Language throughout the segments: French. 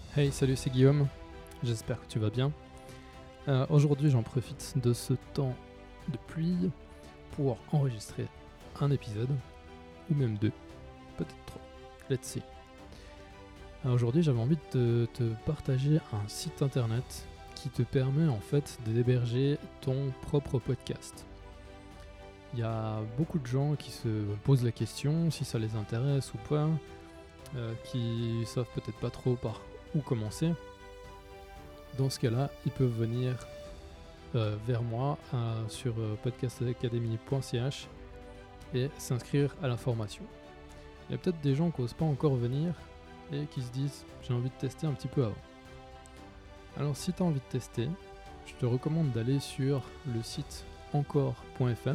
Hey, salut, c'est Guillaume. J'espère que tu vas bien. Aujourd'hui, j'en profite de ce temps de pluie pour enregistrer un épisode, ou même deux, peut-être trois. Let's see. Aujourd'hui, j'avais envie de te partager un site internet qui te permet en fait d'héberger ton propre podcast. Il y a beaucoup de gens qui se posent la question si ça les intéresse ou pas, qui savent peut-être pas trop par où commencer. Dans ce cas-là, ils peuvent venir vers moi sur podcastacademy.ch et s'inscrire à la formation. Il y a peut-être des gens qui n'osent pas encore venir et qui se disent j'ai envie de tester un petit peu avant. Alors si tu as envie de tester, je te recommande d'aller sur le site encore.fm,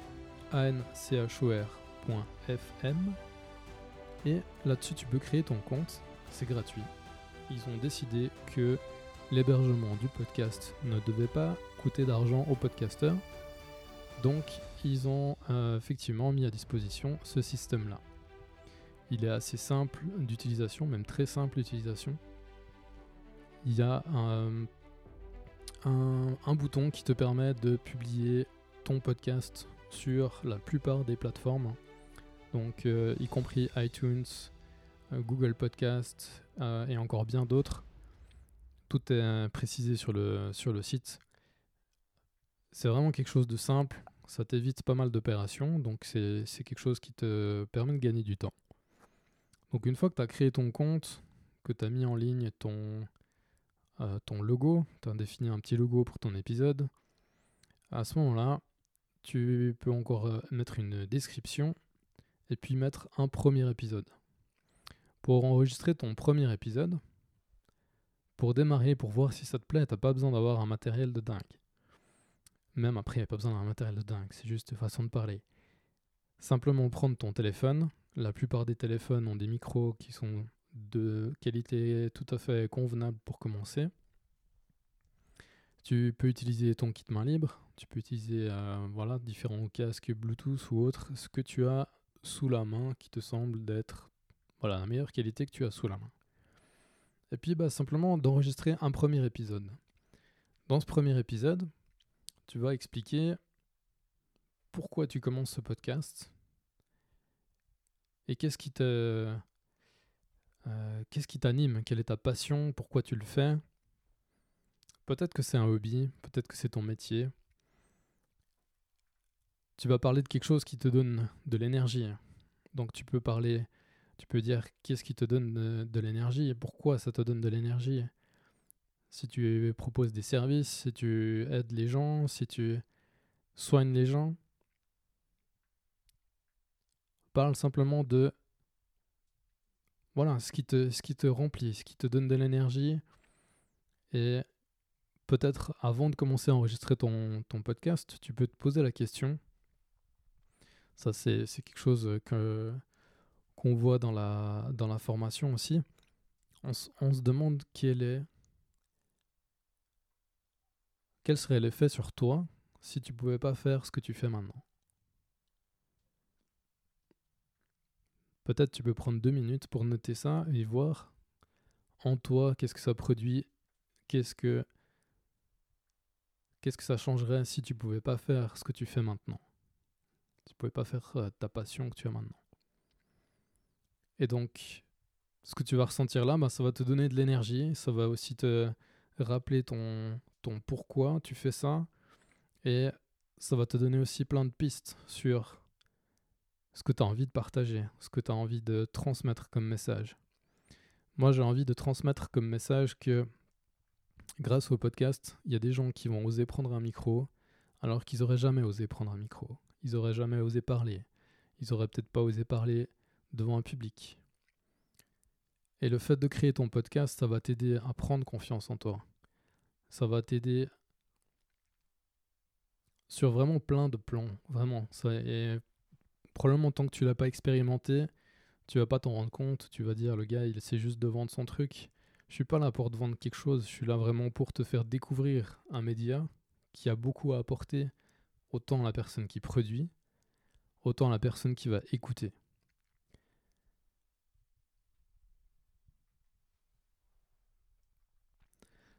anchor.fm, et là-dessus tu peux créer ton compte, c'est gratuit. Ils ont décidé que l'hébergement du podcast ne devait pas coûter d'argent aux podcasteurs, donc ils ont effectivement mis à disposition ce système-là. Il est assez simple d'utilisation, même très simple d'utilisation. Il y a un bouton qui te permet de publier ton podcast sur la plupart des plateformes, donc y compris iTunes, Google Podcast et encore bien d'autres. Tout est précisé sur le site. C'est vraiment quelque chose de simple, ça t'évite pas mal d'opérations, donc c'est quelque chose qui te permet de gagner du temps. Donc une fois que tu as créé ton compte, que tu as mis en ligne ton logo, tu as défini un petit logo pour ton épisode, à ce moment-là, tu peux encore mettre une description et puis mettre un premier épisode. Pour enregistrer ton premier épisode, pour démarrer, pour voir si ça te plaît, t'as pas besoin d'avoir un matériel de dingue. Même après, il n'y a pas besoin d'un matériel de dingue, c'est juste une façon de parler. Simplement prendre ton téléphone. La plupart des téléphones ont des micros qui sont de qualité tout à fait convenable pour commencer. Tu peux utiliser ton kit main libre, tu peux utiliser différents casques Bluetooth ou autres, ce que tu as sous la main qui te semble d'être la meilleure qualité que tu as sous la main. Et puis simplement d'enregistrer un premier épisode. Dans ce premier épisode, tu vas expliquer pourquoi tu commences ce podcast et qu'est-ce qui t'anime, quelle est ta passion, pourquoi tu le fais. Peut-être que c'est un hobby, peut-être que c'est ton métier. Tu vas parler de quelque chose qui te donne de l'énergie. Donc tu peux dire qu'est-ce qui te donne de l'énergie et pourquoi ça te donne de l'énergie. Si tu proposes des services, si tu aides les gens, si tu soignes les gens, parle simplement de ce qui te remplit, ce qui te donne de l'énergie. Et peut-être avant de commencer à enregistrer ton podcast, tu peux te poser la question. Ça, c'est quelque chose qu'on voit dans la formation aussi. On se demande quel serait l'effet sur toi si tu pouvais pas faire ce que tu fais maintenant. Peut-être tu peux prendre 2 minutes pour noter ça et voir en toi qu'est-ce que ça produit, qu'est-ce que ça changerait si tu pouvais pas faire ce que tu fais maintenant. Si tu pouvais pas faire ta passion que tu as maintenant. Et donc, ce que tu vas ressentir là, ça va te donner de l'énergie, ça va aussi te rappeler ton pourquoi tu fais ça, et ça va te donner aussi plein de pistes sur ce que tu as envie de partager, ce que tu as envie de transmettre comme message. Moi, j'ai envie de transmettre comme message que grâce au podcast, il y a des gens qui vont oser prendre un micro alors qu'ils n'auraient jamais osé prendre un micro. Ils n'auraient jamais osé parler. Ils n'auraient peut-être pas osé parler devant un public. Et le fait de créer ton podcast, ça va t'aider à prendre confiance en toi. Ça va t'aider sur vraiment plein de plans. Vraiment. Et probablement tant que tu l'as pas expérimenté, tu vas pas t'en rendre compte. Tu vas dire, le gars, il essaie juste de vendre son truc. Je suis pas là pour te vendre quelque chose. Je suis là vraiment pour te faire découvrir un média qui a beaucoup à apporter, autant à la personne qui produit, autant à la personne qui va écouter.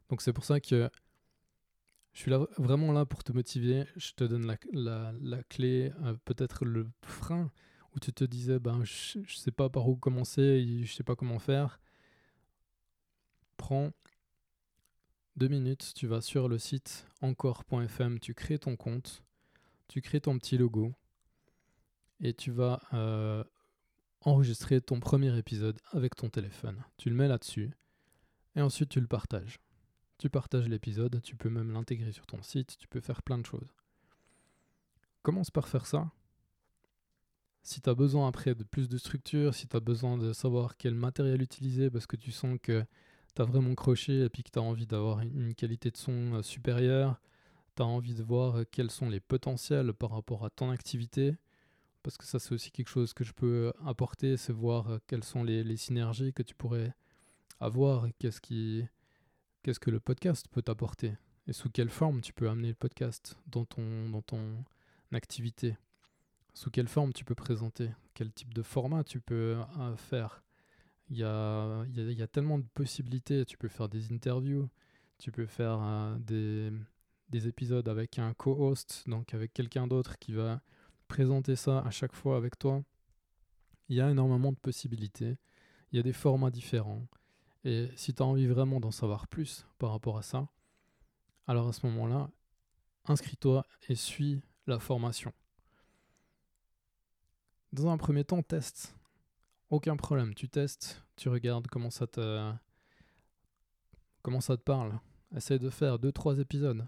Donc c'est pour ça que je suis là, vraiment là pour te motiver. Je te donne la clé, peut-être le frein où tu te disais je sais pas par où commencer, je sais pas comment faire. Prends 2 minutes, tu vas sur le site encore.fm, tu crées ton compte, tu crées ton petit logo et tu vas enregistrer ton premier épisode avec ton téléphone. Tu le mets là-dessus et ensuite tu le partages. Tu partages l'épisode, tu peux même l'intégrer sur ton site, tu peux faire plein de choses. Commence par faire ça. Si tu as besoin après de plus de structure, si tu as besoin de savoir quel matériel utiliser parce que tu sens que tu as vraiment croché et puis que tu as envie d'avoir une qualité de son supérieure, tu as envie de voir quels sont les potentiels par rapport à ton activité, parce que ça c'est aussi quelque chose que je peux apporter, c'est voir quelles sont les synergies que tu pourrais avoir et qu'est-ce que le podcast peut t'apporter et sous quelle forme tu peux amener le podcast dans ton activité. Sous quelle forme tu peux présenter? Quel type de format tu peux faire? Il y a tellement de possibilités. Tu peux faire des interviews, tu peux faire des épisodes avec un co-host, donc avec quelqu'un d'autre qui va présenter ça à chaque fois avec toi. Il y a énormément de possibilités. Il y a des formats différents. Et si tu as envie vraiment d'en savoir plus par rapport à ça, alors à ce moment-là, inscris-toi et suis la formation. Dans un premier temps, teste. Aucun problème, tu testes, tu regardes comment ça te parle. Essaye de faire 2-3 épisodes.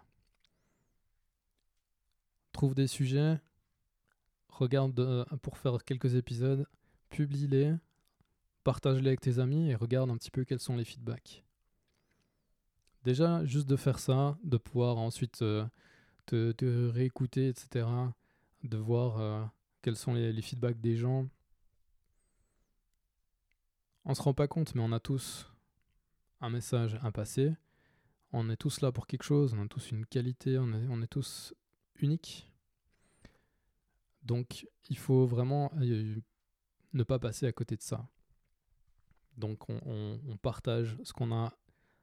Trouve des sujets, regarde pour faire quelques épisodes, publie-les, partage-les avec tes amis et regarde un petit peu quels sont les feedbacks. Déjà, juste de faire ça, de pouvoir ensuite te réécouter, etc., de voir quels sont les feedbacks des gens. On se rend pas compte, mais on a tous un message à passer. On est tous là pour quelque chose, on a tous une qualité, on est tous uniques. Donc, il faut vraiment ne pas passer à côté de ça. Donc, on partage ce qu'on a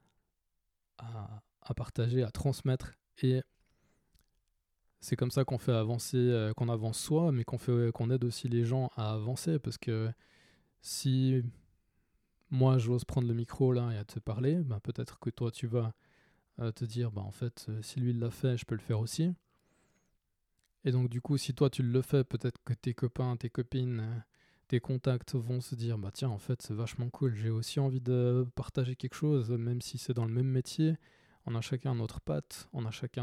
à partager, à transmettre. Et c'est comme ça qu'on fait avancer, qu'on avance soi, mais qu'on aide aussi les gens à avancer. Parce que si moi, j'ose prendre le micro là et à te parler, peut-être que toi, tu vas te dire, en fait, si lui il l'a fait, je peux le faire aussi. Et donc du coup, si toi tu le fais, peut-être que tes copains, tes copines, tes contacts vont se dire, tiens, en fait, c'est vachement cool, j'ai aussi envie de partager quelque chose, même si c'est dans le même métier. On a chacun notre patte, on a chacun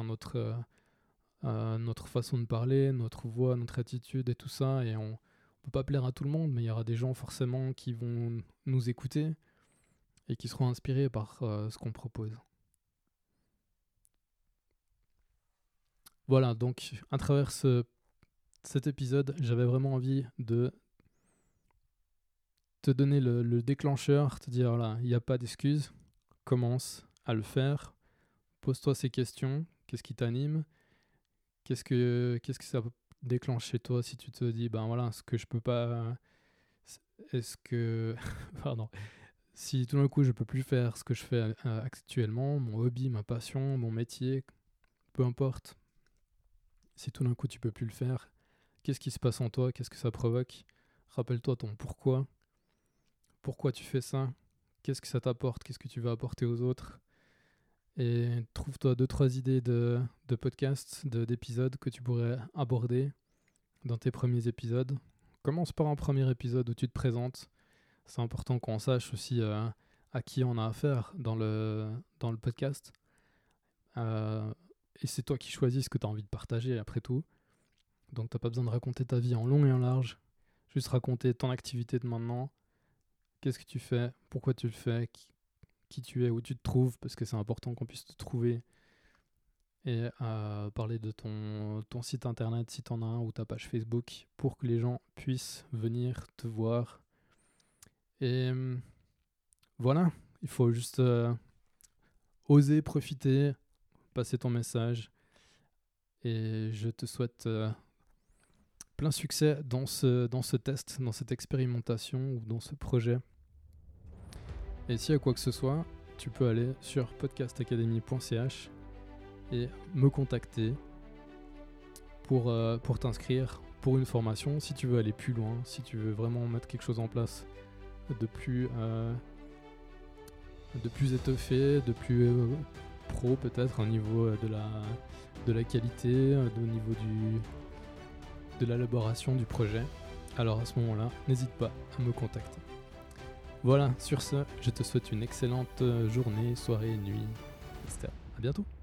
notre façon de parler, notre voix, notre attitude et tout ça, et on peut pas plaire à tout le monde, mais il y aura des gens forcément qui vont nous écouter et qui seront inspirés par ce qu'on propose. Voilà, donc à travers cet épisode, j'avais vraiment envie de te donner le déclencheur, te dire là, il n'y a pas d'excuse, commence à le faire, pose-toi ces questions, qu'est-ce qui t'anime, qu'est-ce que ça déclenche chez toi si tu te dis, voilà, ce que je peux pas, est-ce que, pardon, si tout d'un coup je peux plus faire ce que je fais actuellement, mon hobby, ma passion, mon métier, peu importe, si tout d'un coup tu peux plus le faire, qu'est-ce qui se passe en toi, qu'est-ce que ça provoque, rappelle-toi ton pourquoi tu fais ça, qu'est-ce que ça t'apporte, qu'est-ce que tu vas apporter aux autres, et trouve-toi 2-3 idées de podcasts, d'épisodes que tu pourrais aborder dans tes premiers épisodes. Commence par un premier épisode où tu te présentes. C'est important qu'on sache aussi à qui on a affaire dans le podcast. Et c'est toi qui choisis ce que tu as envie de partager après tout. Donc tu n'as pas besoin de raconter ta vie en long et en large. Juste raconter ton activité de maintenant. Qu'est-ce que tu fais, pourquoi tu le fais, qui tu es, où tu te trouves, parce que c'est important qu'on puisse te trouver. Et parler de ton site internet si tu en as un, ou ta page Facebook, pour que les gens puissent venir te voir. Et voilà, il faut juste oser profiter, passer ton message. Et je te souhaite plein succès dans ce test, dans cette expérimentation ou dans ce projet. Et s'il y a quoi que ce soit, tu peux aller sur podcastacademy.ch et me contacter pour t'inscrire pour une formation. Si tu veux aller plus loin, si tu veux vraiment mettre quelque chose en place de plus étoffé, de plus pro peut-être au niveau de la qualité, au niveau de l'élaboration du projet, alors à ce moment-là, n'hésite pas à me contacter. Voilà, sur ce, je te souhaite une excellente journée, soirée, nuit, etc. À bientôt.